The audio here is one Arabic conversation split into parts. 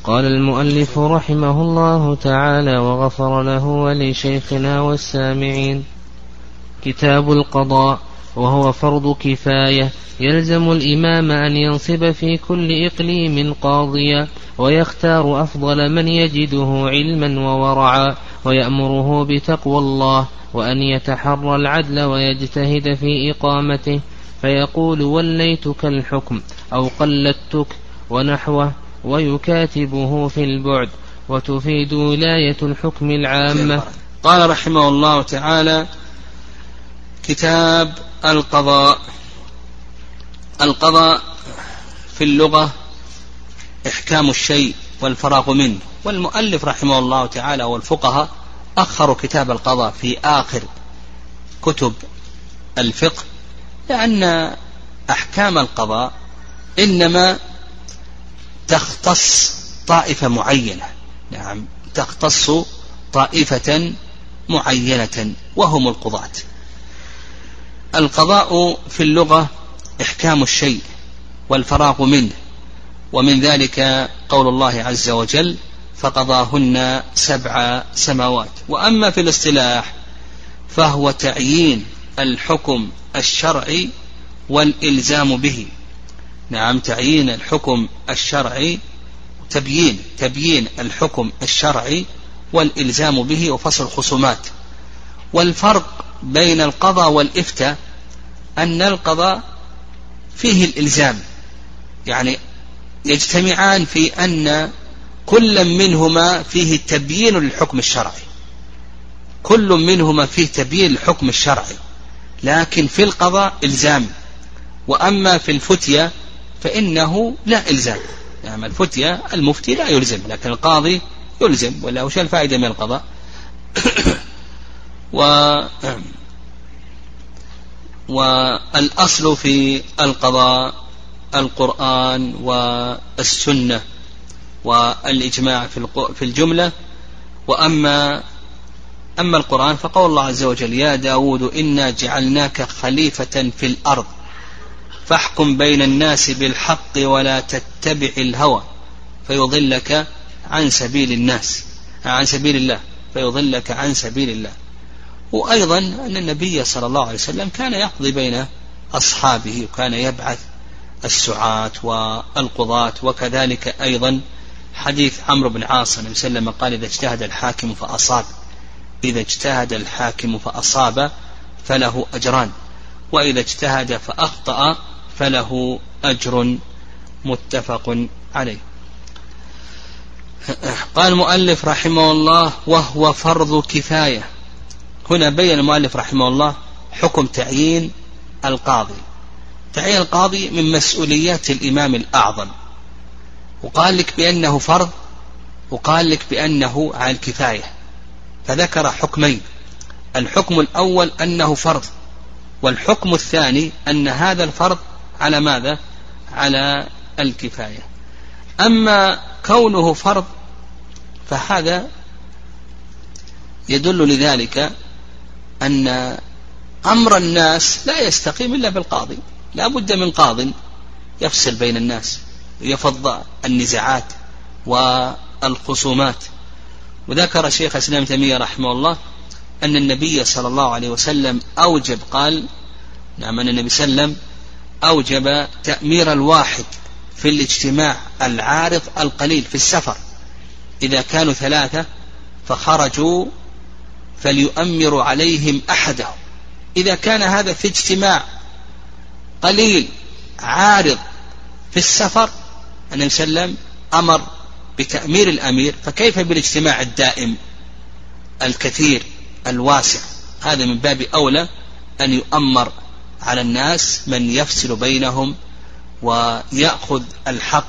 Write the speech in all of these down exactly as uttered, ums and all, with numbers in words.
قال المؤلف رحمه الله تعالى وغفر له ولشيخنا والسامعين: كتاب القضاء، وهو فرض كفاية، يلزم الإمام أن ينصب في كل إقليم قاضيا، ويختار أفضل من يجده علما وورعا، ويأمره بتقوى الله، وأن يتحرى العدل ويجتهد في إقامته، فيقول: وليتك الحكم أو قلدتك ونحوه، ويكاتبه في البعد، وتفيد ولاية الحكم العامة. قال رحمه الله تعالى: كتاب القضاء. القضاء في اللغة إحكام الشيء والفراغ منه، والمؤلف رحمه الله تعالى والفقهاء أخروا كتاب القضاء في آخر كتب الفقه، لأن أحكام القضاء إنما تختص طائفة معينة، نعم تختص طائفة معينة وهم القضاة. القضاء في اللغة إحكام الشيء والفراغ منه، ومن ذلك قول الله عز وجل: فقضاهن سبع سماوات. وأما في الاصطلاح فهو تعيين الحكم الشرعي والإلزام به، نعم تعيين الحكم الشرعي، تبيين تبيين الحكم الشرعي والإلزام به وفصل الخصومات. والفرق بين القضاء والإفتاء أن القضاء فيه الإلزام، يعني يجتمعان في أن كل منهما فيه تبيين للحكم الشرعي، كل منهما فيه تبيين للحكم الشرعي، لكن في القضاء إلزام. وأما في الفتية فإنه لا إلزام، يعني الفتية المفتي لا يلزم، لكن القاضي يلزم، ولا وش الفائدة من القضاء؟ و والأصل في القضاء القرآن والسنة والإجماع في الجملة. وأما أما القرآن فقول الله عز وجل: يا داود إنا جعلناك خليفة في الأرض فاحكم بين الناس بالحق ولا تتبع الهوى فيضلك عن سبيل الناس عن سبيل الله فيضلك عن سبيل الله. وأيضا أن النبي صلى الله عليه وسلم كان يقضي بين أصحابه، وكان يبعث السعاة والقضاة. وكذلك أيضا حديث عمرو بن عاص النبي صلى الله عليه وسلم قال: إذا اجتهد الحاكم فأصاب إذا اجتهد الحاكم فأصاب فله أجران، وإذا اجتهد فأخطأ فله أجر، متفق عليه. قال المؤلف رحمه الله: وهو فرض كفاية. هنا بين المؤلف رحمه الله حكم تعيين القاضي. تعيين القاضي من مسؤوليات الإمام الأعظم، وقال لك بأنه فرض، وقال لك بأنه على الكفاية، فذكر حكمين: الحكم الأول أنه فرض، والحكم الثاني أن هذا الفرض على ماذا؟ على الكفاية. أما كونه فرض فهذا يدل لذلك أن أمر الناس لا يستقيم إلا بالقاضي، لا بد من قاض يفصل بين الناس، يفض النزاعات والخصومات. وذكر شيخ الإسلام ابن تيمية رحمه الله أن النبي صلى الله عليه وسلم أوجب، قال نعم أن النبي صلى الله عليه وسلم أوجب تأمير الواحد في الاجتماع العارض القليل في السفر، إذا كانوا ثلاثة فخرجوا فليؤمر عليهم أحدهم. إذا كان هذا في اجتماع قليل عارض في السفر النبي صلى الله عليه وسلم أمر بتأمير الأمير، فكيف بالاجتماع الدائم الكثير الواسع؟ هذا من باب أولى أن يؤمر على الناس من يفصل بينهم ويأخذ الحق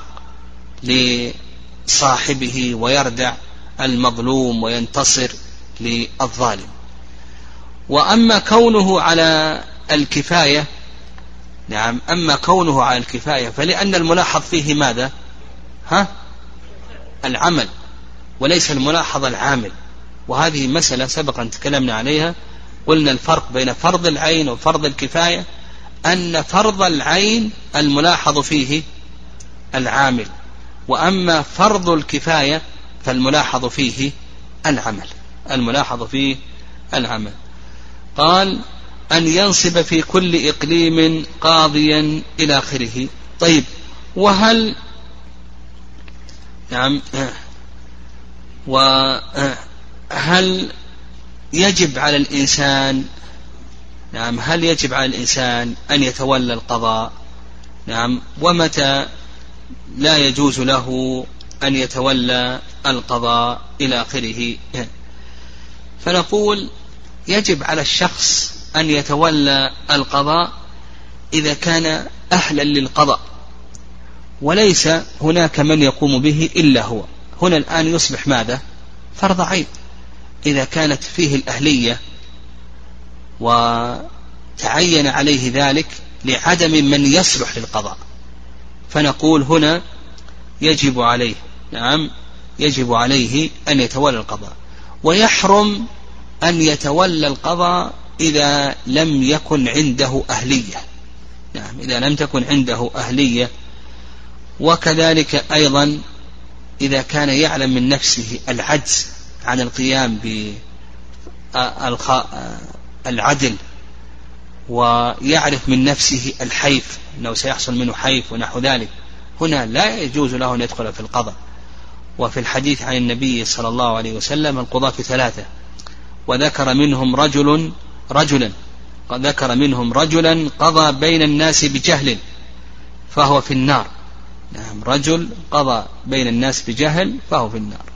لصاحبه ويردع المظلوم وينتصر للظالم. وأما كونه على الكفاية، نعم أما كونه على الكفاية فلأن الملاحظ فيه ماذا؟ ها؟ العمل وليس الملاحظ العامل. وهذه مسألة سبقا تكلمنا عليها، قلنا الفرق بين فرض العين وفرض الكفاية أن فرض العين الملاحظ فيه العامل، وأما فرض الكفاية فالملاحظ فيه العمل الملاحظ فيه العمل قال أن ينصب في كل إقليم قاضيا إلى آخره. طيب، وهل نعم وهل يجب على الإنسان نعم هل يجب على الإنسان أن يتولى القضاء؟ نعم ومتى لا يجوز له أن يتولى القضاء إلى آخره؟ فنقول يجب على الشخص أن يتولى القضاء إذا كان أهلا للقضاء وليس هناك من يقوم به إلا هو. هنا الآن يصبح ماذا؟ فرض عين إذا كانت فيه الأهلية وتعين عليه ذلك لعدم من يصلح للقضاء، فنقول هنا يجب عليه نعم يجب عليه أن يتولى القضاء. ويحرم أن يتولى القضاء إذا لم يكن عنده أهلية نعم إذا لم تكن عنده أهلية. وكذلك أيضا إذا كان يعلم من نفسه العجز عن القيام بالعدل ويعرف من نفسه الحيف أنه سيحصل منه حيف ونحو ذلك، هنا لا يجوز له أن يدخل في القضاء. وفي الحديث عن النبي صلى الله عليه وسلم القضاة ثلاثة وذكر منهم رجل رجلا ذكر منهم رجلا قضى بين الناس بجهل فهو في النار. نعم رجل قضى بين الناس بجهل فهو في النار.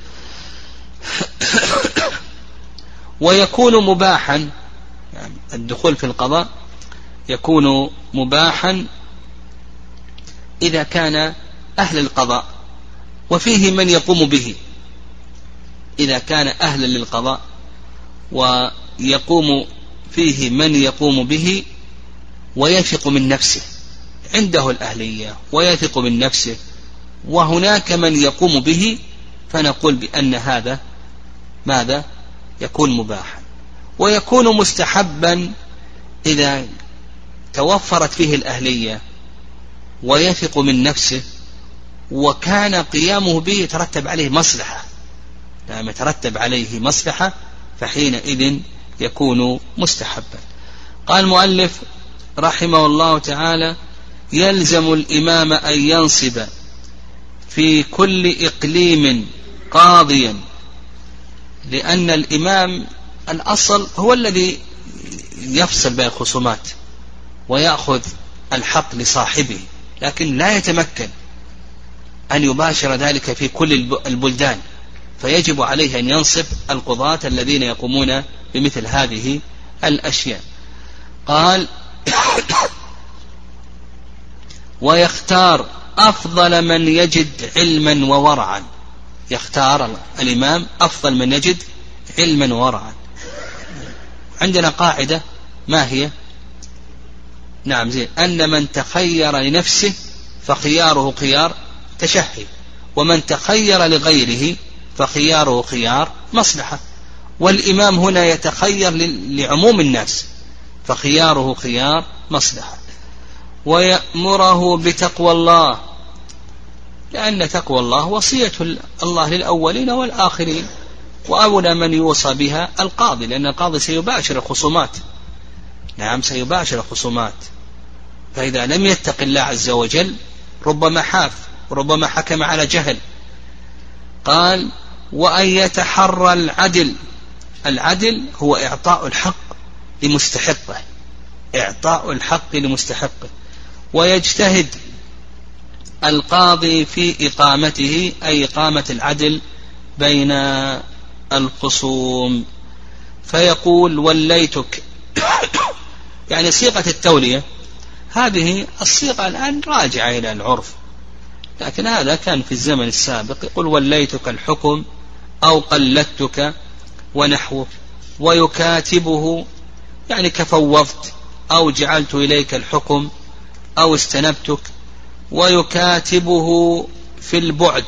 ويكون مباحا يعني الدخول في القضاء يكون مباحا إذا كان أهل القضاء وفيه من يقوم به. إذا كان أهلا للقضاء ويقوم فيه من يقوم به ويثق من نفسه، عنده الأهلية ويثق من نفسه وهناك من يقوم به، فنقول بأن هذا ماذا؟ يكون مباحا. ويكون مستحبا إذا توفرت فيه الأهلية ويثق من نفسه وكان قيامه به يترتب عليه مصلحة نعم يترتب عليه مصلحة فحينئذ يكون مستحبا. قال المؤلف رحمه الله تعالى: يلزم الإمام أن ينصب في كل إقليم قاضيا، لأن الإمام الأصل هو الذي يفصل بين الخصومات ويأخذ الحق لصاحبه، لكن لا يتمكن أن يباشر ذلك في كل البلدان، فيجب عليه أن ينصب القضاة الذين يقومون بمثل هذه الأشياء. قال: ويختار أفضل من يجد علما وورعا. يختار الإمام أفضل من يجد علما وورعا. عندنا قاعدة ما هي؟ نعم زين أن من تخير لنفسه فخياره خيار تشهي، ومن تخير لغيره فخياره خيار مصلحة. والإمام هنا يتخير لعموم الناس فخياره خيار مصلحة. ويأمره بتقوى الله، لأن تقوى الله وصية الله للأولين والآخرين، وأولى من يوصى بها القاضي، لأن القاضي سيباشر الخصومات. نعم سيباشر الخصومات، فإذا لم يتق الله عز وجل ربما حاف وربما حكم على جهل. قال: وأن يتحرى العدل. العدل هو إعطاء الحق لمستحقه، إعطاء الحق لمستحقه. ويجتهد القاضي في إقامته، أي إقامة العدل بين الخصوم، فيقول: وليتك. يعني صيغة التولية هذه الصيغة الآن راجعة إلى العرف، لكن هذا كان في الزمن السابق يقول: وليتك الحكم أو قلدتك ونحوه. ويكاتبه يعني كفوضت أو جعلت إليك الحكم أو استنبتك. ويكاتبه في البعد،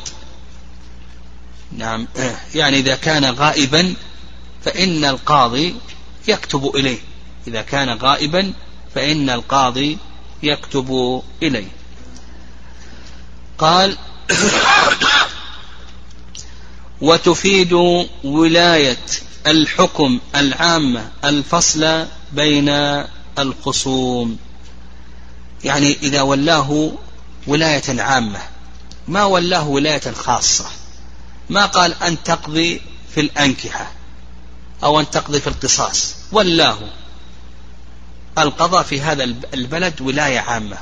نعم يعني إذا كان غائبا فإن القاضي يكتب إليه، إذا كان غائبا فإن القاضي يكتب إليه. قال: وتفيد ولاية الحكم العامة الفصل بين الخصوم، يعني إذا ولاه ولاية عامة ما ولاه ولاية خاصة، ما قال أن تقضي في الأنكحة أو أن تقضي في القصاص، ولاه القضاء في هذا البلد ولاية عامة.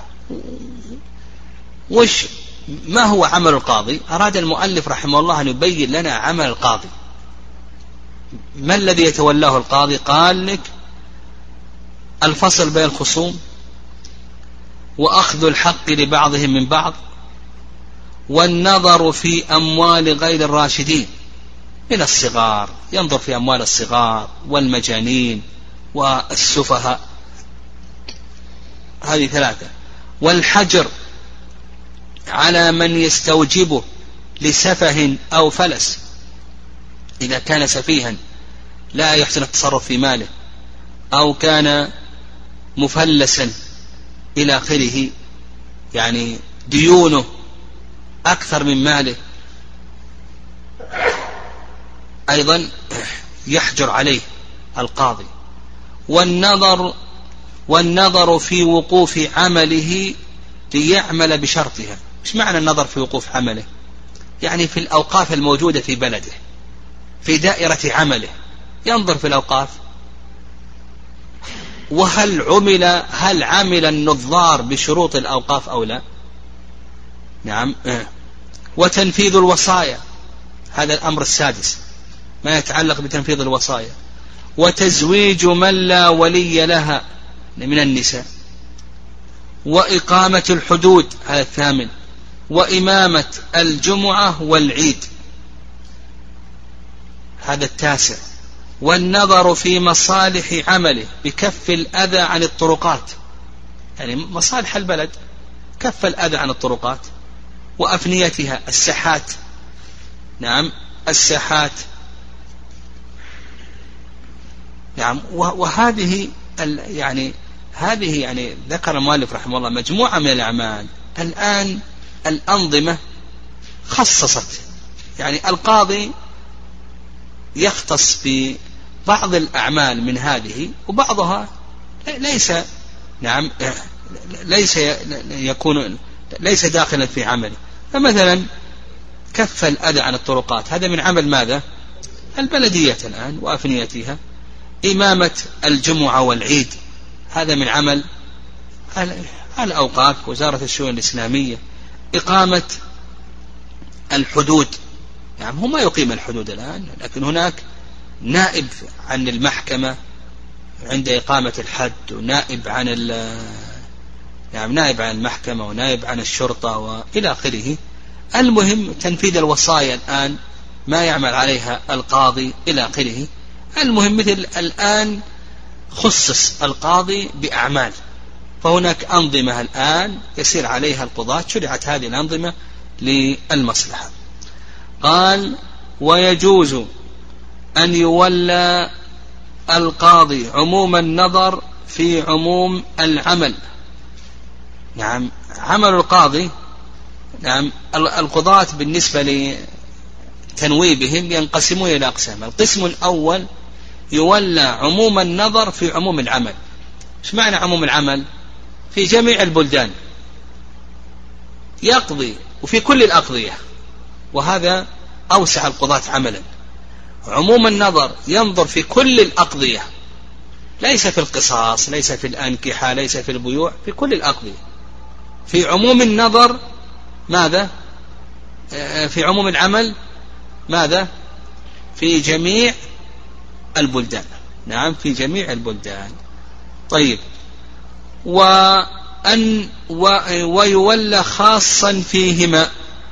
وش ما هو عمل القاضي؟ أراد المؤلف رحمه الله أن يبين لنا عمل القاضي. ما الذي يتولاه القاضي؟ قال لك الفصل بين الخصوم، وأخذ الحق لبعضهم من بعض، والنظر في أموال غير الراشدين من الصغار، ينظر في أموال الصغار والمجانين والسفهاء، هذه ثلاثة. والحجر على من يستوجبه لسفه أو فلس، إذا كان سفيها لا يحسن التصرف في ماله، أو كان مفلسا إلى آخره، يعني ديونه أكثر من ماله، أيضا يحجر عليه القاضي. والنظر والنظر في وقوف عمله ليعمل بشرطها. ايش معنى النظر في وقوف عمله؟ يعني في الأوقاف الموجودة في بلده، في دائرة عمله، ينظر في الأوقاف، وهل عمل هل عمل النظار بشروط الأوقاف أو لا؟ نعم. وتنفيذ الوصايا، هذا الأمر السادس ما يتعلق بتنفيذ الوصايا. وتزويج من لا ولي لها من النساء. وإقامة الحدود، هذا الثامن. وإمامة الجمعة والعيد، هذا التاسع. والنظر في مصالح عمله بكف الأذى عن الطرقات، يعني مصالح البلد، كف الأذى عن الطرقات وأفنيتها، الساحات، نعم الساحات، نعم. وهذه يعني هذه يعني ذكر المؤلف رحمه الله مجموعة من الأعمال. الآن الأنظمة خصصت، يعني القاضي يختص ببعض الأعمال من هذه، وبعضها ليس نعم ليس يكون ليس داخلا في عمله. فمثلا كف الأذى عن الطرقات، هذا من عمل ماذا؟ البلدية الآن وأفنيتها. إمامة الجمعة والعيد، هذا من عمل الأوقاف، وزارة الشؤون الإسلامية. إقامة الحدود، يعني هو ما يقيم الحدود الآن، لكن هناك نائب عن المحكمة عند إقامة الحد، ونائب عن يعني نائب عن المحكمة، ونائب عن الشرطة، وإلى آخره. المهم تنفيذ الوصايا الآن ما يعمل عليها القاضي إلى آخره. المهم مثل الآن خصص القاضي بأعمال، فهناك أنظمة الآن يسير عليها القضاة، شرعت هذه الأنظمة للمصلحة. قال ويجوز أن يولى القاضي عموم النظر في عموم العمل. نعم عمل القاضي، نعم القضاة بالنسبة لتنويبهم ينقسمون إلى أقسام. القسم الأول يولى عموم النظر في عموم العمل. ايش معنى عموم العمل؟ في جميع البلدان يقضي، وفي كل الأقضية، وهذا أوسع القضاة عملا. عموم النظر ينظر في كل الأقضية، ليس في القصاص، ليس في الأنكحة، ليس في البيوع، في كل الأقضية. في عموم النظر ماذا؟ في عموم العمل ماذا؟ في جميع البلدان. نعم في جميع البلدان. طيب. وأن ويولى خاصا فيهما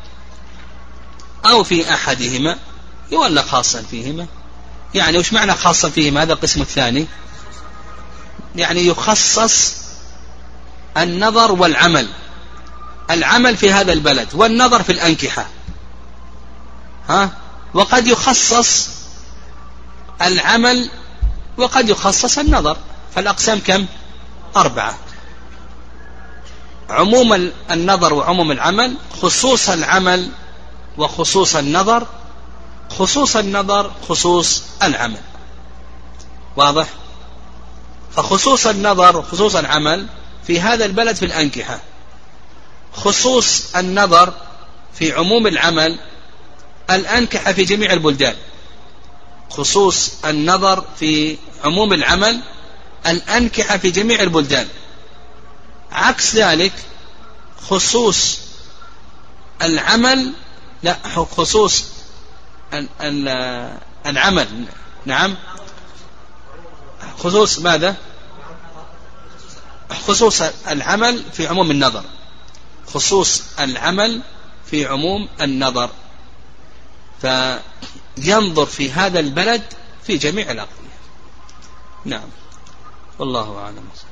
أو في أحدهما، يولى خاصا فيهما. يعني وش معنى خاصا فيهما؟ هذا القسم الثاني، يعني يخصص النظر والعمل، العمل في هذا البلد والنظر في الأنكحة، ها؟ وقد يخصص العمل وقد يخصص النظر. فالأقسام كم؟ أربعة. عموم النظر وعموم العمل، خصوص العمل وخصوص النظر، خصوص النظر خصوص العمل. واضح؟ فخصوص النظر وخصوص العمل في هذا البلد في الأنكحة، خصوص النظر في عموم العمل الأنكحة في جميع البلدان، خصوص النظر في عموم العمل الأنكحة في جميع البلدان. عكس ذلك خصوص العمل لا، خصوص العمل، نعم، خصوص ماذا؟ خصوص العمل في عموم النظر، خصوص العمل في عموم النظر، فينظر في هذا البلد في جميع الأقضية. نعم، والله أعلم.